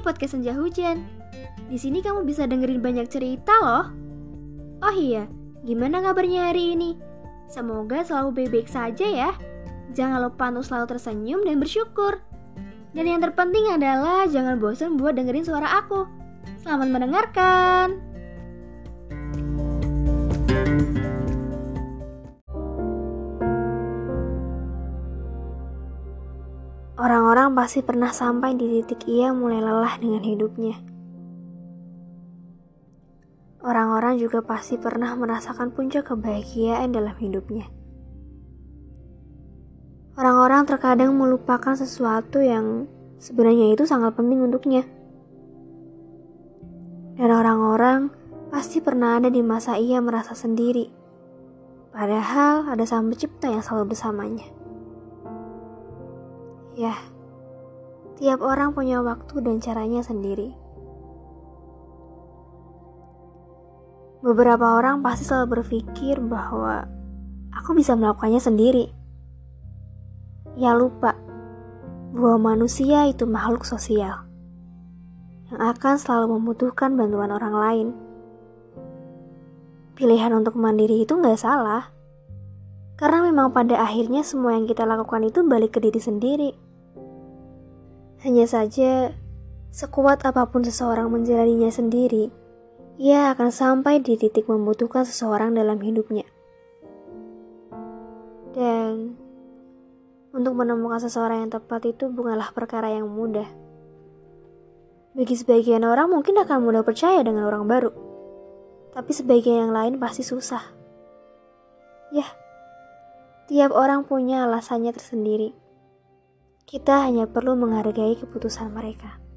podcast Senja Hujan. Di sini kamu bisa dengerin banyak cerita loh. Oh iya, gimana kabarnya hari ini? Semoga selalu baik-baik saja ya. Jangan lupa untuk selalu tersenyum dan bersyukur. Dan yang terpenting adalah jangan bosan buat dengerin suara aku. Selamat mendengarkan. Orang-orang pasti pernah sampai di titik ia mulai lelah dengan hidupnya. Orang-orang juga pasti pernah merasakan puncak kebahagiaan dalam hidupnya. Orang-orang terkadang melupakan sesuatu yang sebenarnya itu sangat penting untuknya. Dan orang-orang pasti pernah ada di masa ia merasa sendiri. Padahal ada Sang Pencipta yang selalu bersamanya. Ya, tiap orang punya waktu dan caranya sendiri. Beberapa orang pasti selalu berpikir bahwa aku bisa melakukannya sendiri. Ya lupa bahwa manusia itu makhluk sosial yang akan selalu membutuhkan bantuan orang lain. Pilihan untuk mandiri itu gak salah. Karena memang pada akhirnya semua yang kita lakukan itu balik ke diri sendiri. Hanya saja, sekuat apapun seseorang menjalaninya sendiri, ia akan sampai di titik membutuhkan seseorang dalam hidupnya. Dan untuk menemukan seseorang yang tepat itu bukanlah perkara yang mudah. Bagi sebagian orang mungkin akan mudah percaya dengan orang baru, tapi sebagian yang lain pasti susah. Yah, tiap orang punya alasannya tersendiri. Kita hanya perlu menghargai keputusan mereka.